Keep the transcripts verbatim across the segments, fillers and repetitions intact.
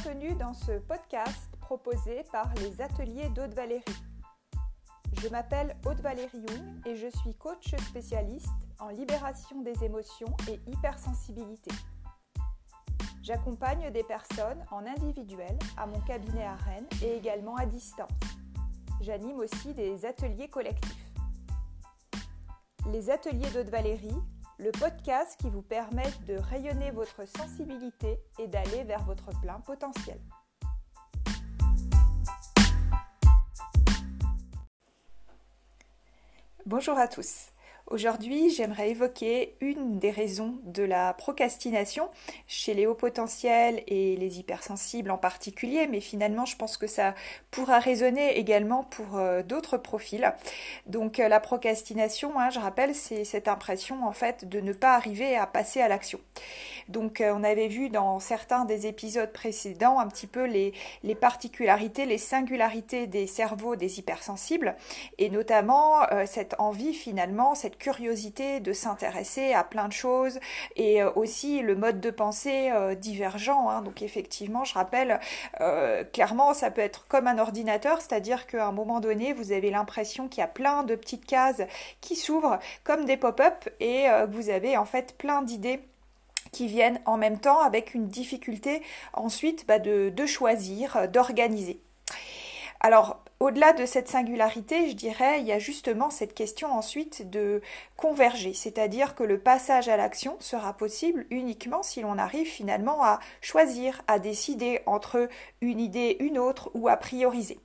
Bienvenue dans ce podcast proposé par les ateliers d'Aude Valérie. Je m'appelle Aude Valérie Young et je suis coach spécialiste en libération des émotions et hypersensibilité. J'accompagne des personnes en individuel à mon cabinet à Rennes et également à distance. J'anime aussi des ateliers collectifs. Les ateliers d'Aude Valérie, le podcast qui vous permet de rayonner votre sensibilité et d'aller vers votre plein potentiel. Bonjour à tous. Aujourd'hui, j'aimerais évoquer une des raisons de la procrastination chez les hauts potentiels et les hypersensibles en particulier, mais finalement, je pense que ça pourra résonner également pour euh, d'autres profils. Donc, euh, la procrastination, hein, je rappelle, c'est cette impression en fait de ne pas arriver à passer à l'action. Donc, euh, on avait vu dans certains des épisodes précédents un petit peu les, les particularités, les singularités des cerveaux des hypersensibles, et notamment euh, cette envie finalement, cette curiosité de s'intéresser à plein de choses et euh, aussi le mode de pensée euh, divergent. Hein. Donc effectivement, je rappelle, euh, clairement, ça peut être comme un ordinateur, c'est-à-dire qu'à un moment donné, vous avez l'impression qu'il y a plein de petites cases qui s'ouvrent comme des pop-up et euh, vous avez en fait plein d'idées qui viennent en même temps avec une difficulté ensuite bah, de, de choisir, d'organiser. Alors, au-delà de cette singularité, je dirais, il y a justement cette question ensuite de converger, c'est-à-dire que le passage à l'action sera possible uniquement si l'on arrive finalement à choisir, à décider entre une idée, une autre ou à prioriser.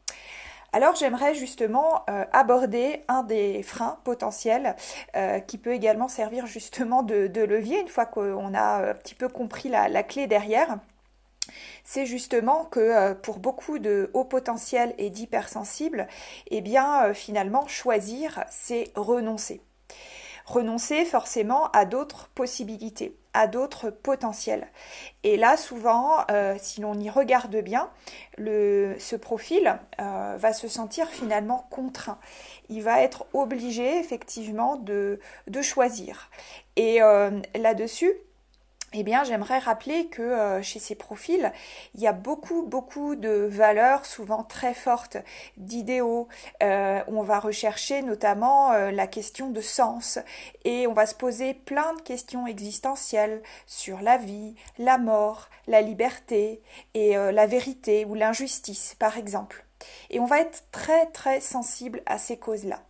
Alors j'aimerais justement euh, aborder un des freins potentiels euh, qui peut également servir justement de, de levier une fois qu'on a un petit peu compris la, la clé derrière. C'est justement que euh, pour beaucoup de hauts potentiels et d'hypersensibles, eh bien euh, finalement choisir, c'est renoncer. Renoncer forcément à d'autres possibilités, à d'autres potentiels. Et là, souvent, euh, si l'on y regarde bien, le, ce profil euh, va se sentir finalement contraint. Il va être obligé effectivement de, de choisir. Et euh, là-dessus, eh bien, j'aimerais rappeler que euh, chez ces profils, il y a beaucoup, beaucoup de valeurs, souvent très fortes, d'idéaux. Euh, on va rechercher notamment euh, la question de sens et on va se poser plein de questions existentielles sur la vie, la mort, la liberté et euh, la vérité ou l'injustice, par exemple. Et on va être très, très sensible à ces causes-là.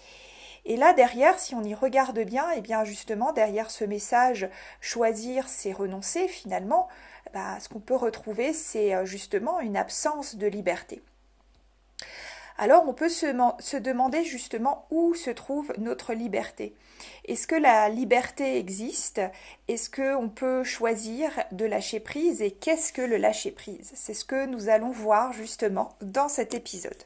Et là, derrière, si on y regarde bien, et eh bien justement, derrière ce message « choisir, c'est renoncer », finalement, bah, ce qu'on peut retrouver, c'est justement une absence de liberté. Alors, on peut se, se demander justement où se trouve notre liberté. Est-ce que la liberté existe? Est-ce qu'on peut choisir de lâcher prise? Et qu'est-ce que le lâcher prise? C'est ce que nous allons voir justement dans cet épisode.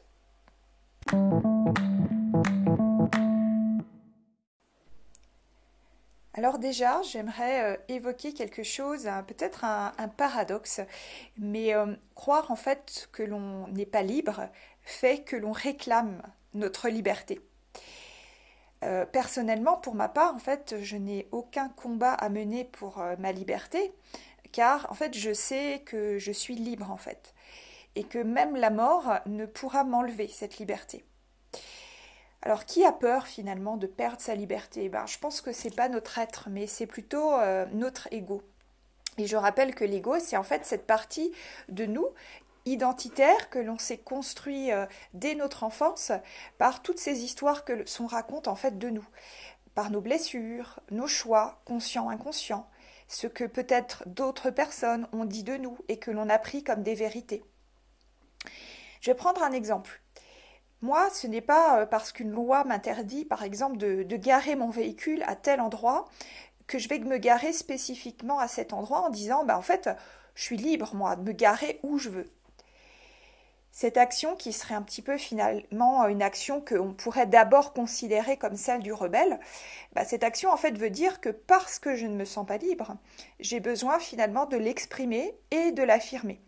Alors déjà, j'aimerais euh, évoquer quelque chose, hein, peut-être un, un paradoxe, mais euh, croire en fait que l'on n'est pas libre fait que l'on réclame notre liberté. Euh, personnellement, pour ma part, en fait, je n'ai aucun combat à mener pour euh, ma liberté, car en fait, je sais que je suis libre en fait, et que même la mort ne pourra m'enlever cette liberté. Alors, qui a peur finalement de perdre sa liberté? Ben, je pense que c'est pas notre être, mais c'est plutôt euh, notre ego. Et je rappelle que l'ego, c'est en fait cette partie de nous identitaire que l'on s'est construit euh, dès notre enfance par toutes ces histoires que sont racontent en fait de nous, par nos blessures, nos choix, conscients, inconscients, ce que peut-être d'autres personnes ont dit de nous et que l'on a pris comme des vérités. Je vais prendre un exemple. Moi, ce n'est pas parce qu'une loi m'interdit, par exemple, de, de garer mon véhicule à tel endroit que je vais me garer spécifiquement à cet endroit en disant, bah, en fait, je suis libre, moi, de me garer où je veux. Cette action qui serait un petit peu finalement une action qu'on pourrait d'abord considérer comme celle du rebelle, bah, cette action en fait veut dire que parce que je ne me sens pas libre, j'ai besoin finalement de l'exprimer et de l'affirmer.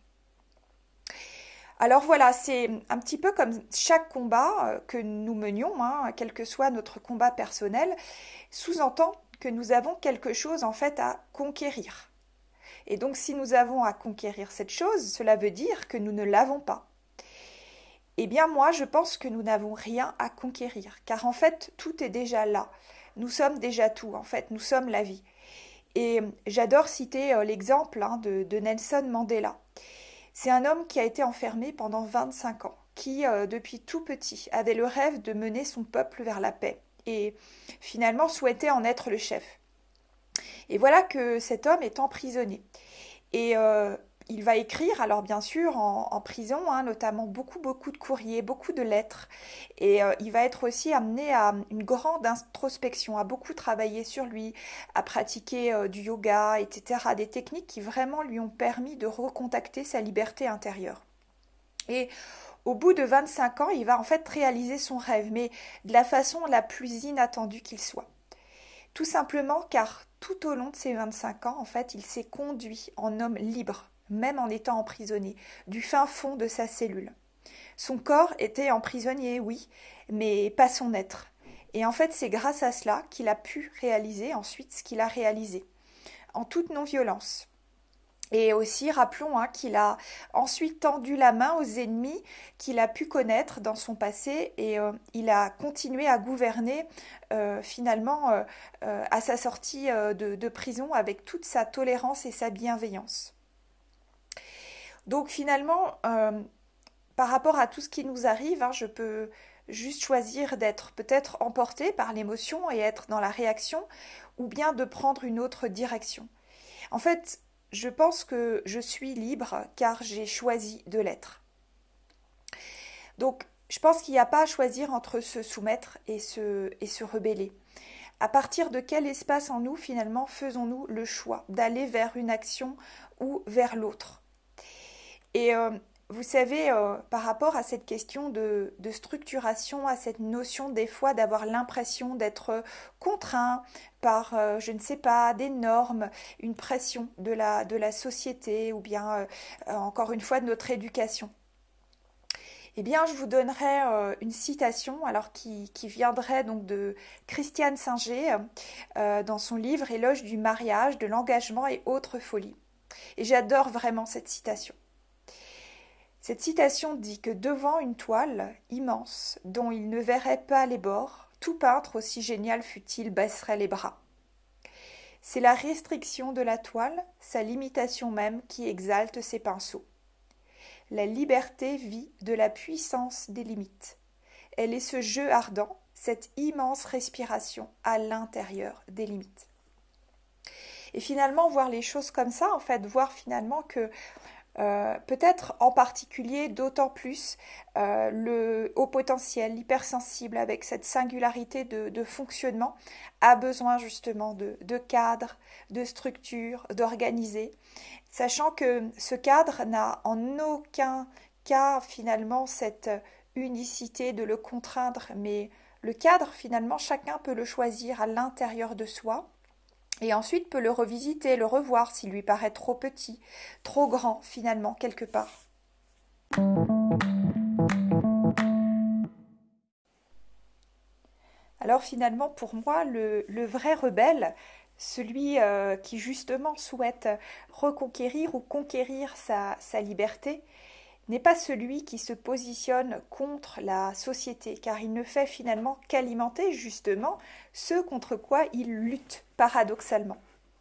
Alors voilà, c'est un petit peu comme chaque combat que nous menions, hein, quel que soit notre combat personnel, sous-entend que nous avons quelque chose en fait à conquérir. Et donc si nous avons à conquérir cette chose, cela veut dire que nous ne l'avons pas. Eh bien moi, je pense que nous n'avons rien à conquérir, car en fait, tout est déjà là. Nous sommes déjà tout, en fait, nous sommes la vie. Et j'adore citer euh, l'exemple hein, de, de Nelson Mandela. C'est un homme qui a été enfermé pendant vingt-cinq ans, qui, euh, depuis tout petit, avait le rêve de mener son peuple vers la paix, et finalement souhaitait en être le chef. Et voilà que cet homme est emprisonné. Et euh, il va écrire, alors bien sûr, en, en prison, hein, notamment beaucoup, beaucoup de courriers, beaucoup de lettres. Et euh, il va être aussi amené à une grande introspection, à beaucoup travailler sur lui, à pratiquer euh, du yoga, et cetera. Des techniques qui vraiment lui ont permis de recontacter sa liberté intérieure. Et au bout de vingt-cinq ans, il va en fait réaliser son rêve, mais de la façon la plus inattendue qu'il soit. Tout simplement car tout au long de ces vingt-cinq ans, en fait, il s'est conduit en homme libre, même en étant emprisonné, du fin fond de sa cellule. Son corps était emprisonné, oui, mais pas son être. Et en fait, c'est grâce à cela qu'il a pu réaliser ensuite ce qu'il a réalisé, en toute non-violence. Et aussi, rappelons hein, qu'il a ensuite tendu la main aux ennemis qu'il a pu connaître dans son passé et euh, il a continué à gouverner euh, finalement euh, euh, à sa sortie euh, de, de prison avec toute sa tolérance et sa bienveillance. Donc finalement, euh, par rapport à tout ce qui nous arrive, hein, je peux juste choisir d'être peut-être emporté par l'émotion et être dans la réaction ou bien de prendre une autre direction. En fait, je pense que je suis libre car j'ai choisi de l'être. Donc, je pense qu'il n'y a pas à choisir entre se soumettre et se, et se rebeller. À partir de quel espace en nous, finalement, faisons-nous le choix d'aller vers une action ou vers l'autre? Et euh, vous savez, euh, par rapport à cette question de, de structuration, à cette notion des fois d'avoir l'impression d'être contraint par, euh, je ne sais pas, des normes, une pression de la, de la société ou bien, euh, encore une fois, de notre éducation. Eh bien, je vous donnerai euh, une citation alors qui, qui viendrait donc de Christiane Singer euh, dans son livre Éloge du mariage, de l'engagement et autres folies. Et j'adore vraiment cette citation. Cette citation dit que devant une toile immense dont il ne verrait pas les bords, tout peintre aussi génial fût-il baisserait les bras. C'est la restriction de la toile, sa limitation même, qui exalte ses pinceaux. La liberté vit de la puissance des limites. Elle est ce jeu ardent, cette immense respiration à l'intérieur des limites. Et finalement, voir les choses comme ça, en fait, voir finalement que Euh, peut-être en particulier d'autant plus euh, le haut potentiel, l'hypersensible avec cette singularité de, de fonctionnement a besoin justement de, de cadre, de structure, d'organiser, sachant que ce cadre n'a en aucun cas finalement cette unicité de le contraindre, mais le cadre finalement chacun peut le choisir à l'intérieur de soi. Et ensuite peut le revisiter, le revoir s'il lui paraît trop petit, trop grand finalement quelque part. Alors finalement pour moi le, le vrai rebelle, celui euh, qui justement souhaite reconquérir ou conquérir sa, sa liberté, n'est pas celui qui se positionne contre la société, car il ne fait finalement qu'alimenter justement ce contre quoi il lutte paradoxalement.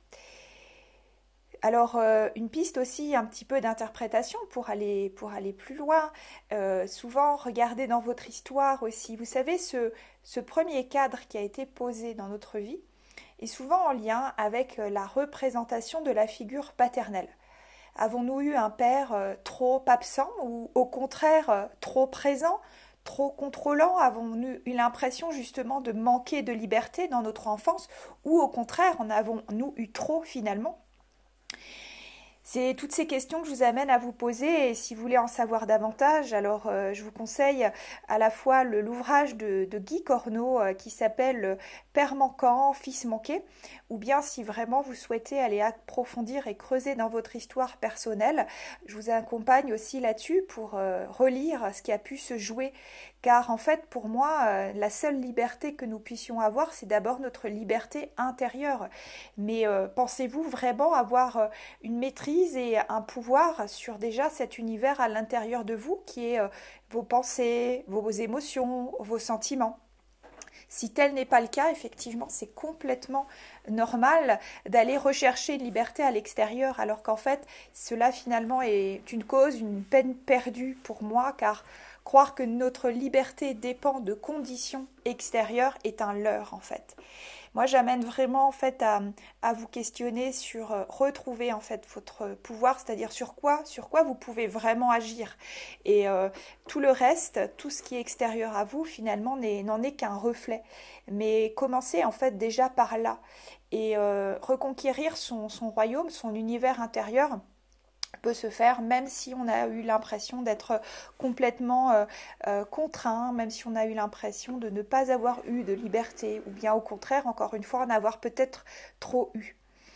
Alors, euh, une piste aussi un petit peu d'interprétation pour aller, pour aller plus loin. Euh, souvent, regardez dans votre histoire aussi. Vous savez, ce, ce premier cadre qui a été posé dans notre vie est souvent en lien avec la représentation de la figure paternelle. Avons-nous eu un père euh, trop absent ou au contraire euh, trop présent, trop contrôlant? Avons-nous eu l'impression justement de manquer de liberté dans notre enfance ou au contraire en avons-nous eu trop finalement? C'est toutes ces questions que je vous amène à vous poser et si vous voulez en savoir davantage, alors euh, je vous conseille à la fois le, l'ouvrage de, de Guy Corneau euh, qui s'appelle Père manquant, fils manqué, ou bien si vraiment vous souhaitez aller approfondir et creuser dans votre histoire personnelle, je vous accompagne aussi là-dessus pour euh, relire ce qui a pu se jouer Car en fait, pour moi, euh, la seule liberté que nous puissions avoir, c'est d'abord notre liberté intérieure. Mais euh, pensez-vous vraiment avoir euh, une maîtrise et un pouvoir sur déjà cet univers à l'intérieur de vous qui est euh, vos pensées, vos émotions, vos sentiments? Si tel n'est pas le cas, effectivement, c'est complètement normal d'aller rechercher une liberté à l'extérieur, alors qu'en fait, cela finalement est une cause, une peine perdue pour moi, car croire que notre liberté dépend de conditions extérieures est un leurre en fait. Moi, j'amène vraiment en fait à, à vous questionner sur euh, retrouver en fait votre pouvoir, c'est-à-dire sur quoi, sur quoi vous pouvez vraiment agir. Et euh, tout le reste, tout ce qui est extérieur à vous, finalement, n'est, n'en est qu'un reflet. Mais commencez en fait déjà par là et euh, reconquérir son, son royaume, son univers intérieur peut se faire même si on a eu l'impression d'être complètement euh, euh, contraint, même si on a eu l'impression de ne pas avoir eu de liberté, ou bien au contraire, encore une fois, en avoir peut-être trop eu.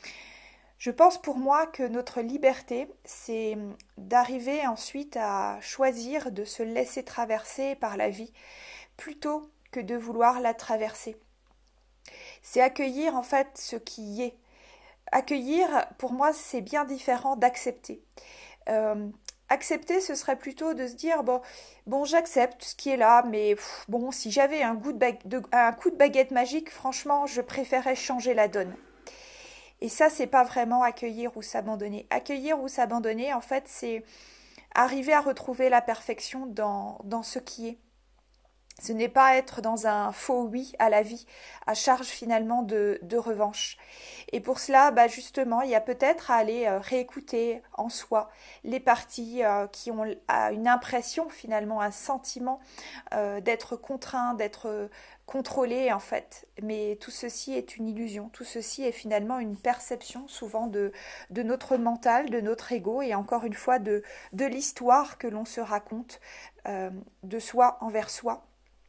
Je pense pour moi que notre liberté, c'est d'arriver ensuite à choisir de se laisser traverser par la vie, plutôt que de vouloir la traverser. C'est accueillir en fait ce qui y est. Accueillir, pour moi, c'est bien différent d'accepter. Euh, accepter, ce serait plutôt de se dire, bon, bon j'accepte ce qui est là, mais pff, bon, si j'avais un, goût de bague- de, un coup de baguette magique, franchement, je préférais changer la donne. Et ça, c'est pas vraiment accueillir ou s'abandonner. Accueillir ou s'abandonner, en fait, c'est arriver à retrouver la perfection dans, dans ce qui est. Ce n'est pas être dans un faux oui à la vie, à charge finalement de, de revanche. Et pour cela, bah justement, il y a peut-être à aller euh, réécouter en soi les parties euh, qui ont euh, une impression finalement, un sentiment euh, d'être contraint, d'être contrôlé en fait. Mais tout ceci est une illusion, tout ceci est finalement une perception souvent de, de notre mental, de notre ego et encore une fois de, de l'histoire que l'on se raconte euh, de soi envers soi.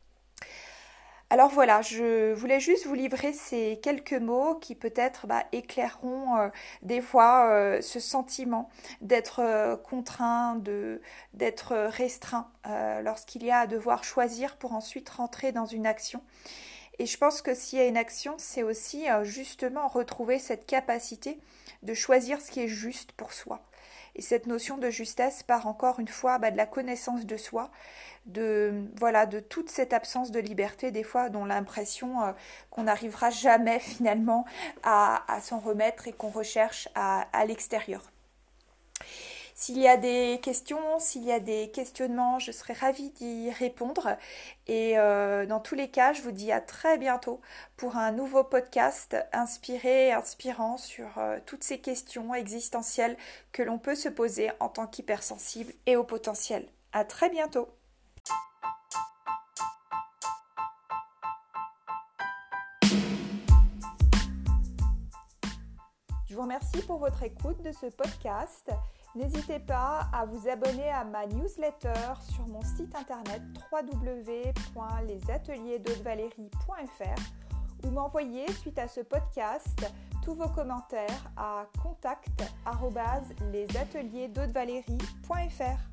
Alors voilà, je voulais juste vous livrer ces quelques mots qui peut-être bah, éclaireront euh, des fois euh, ce sentiment d'être euh, contraint, de, d'être restreint euh, lorsqu'il y a à devoir choisir pour ensuite rentrer dans une action. Et je pense que s'il y a une action, c'est aussi euh, justement retrouver cette capacité de choisir ce qui est juste pour soi. Et cette notion de justesse part encore une fois bah, de la connaissance de soi, de voilà de toute cette absence de liberté des fois dont l'impression euh, qu'on n'arrivera jamais finalement à, à s'en remettre et qu'on recherche à, à l'extérieur. S'il y a des questions, s'il y a des questionnements, je serai ravie d'y répondre. Et euh, dans tous les cas, je vous dis à très bientôt pour un nouveau podcast inspiré et inspirant sur euh, toutes ces questions existentielles que l'on peut se poser en tant qu'hypersensible et au potentiel. À très bientôt. Je vous remercie pour votre écoute de ce podcast. N'hésitez pas à vous abonner à ma newsletter sur mon site internet w w w point les ateliers d'aude valérie point f r ou m'envoyer suite à ce podcast tous vos commentaires à contact arobase les ateliers d'aude valérie point f r.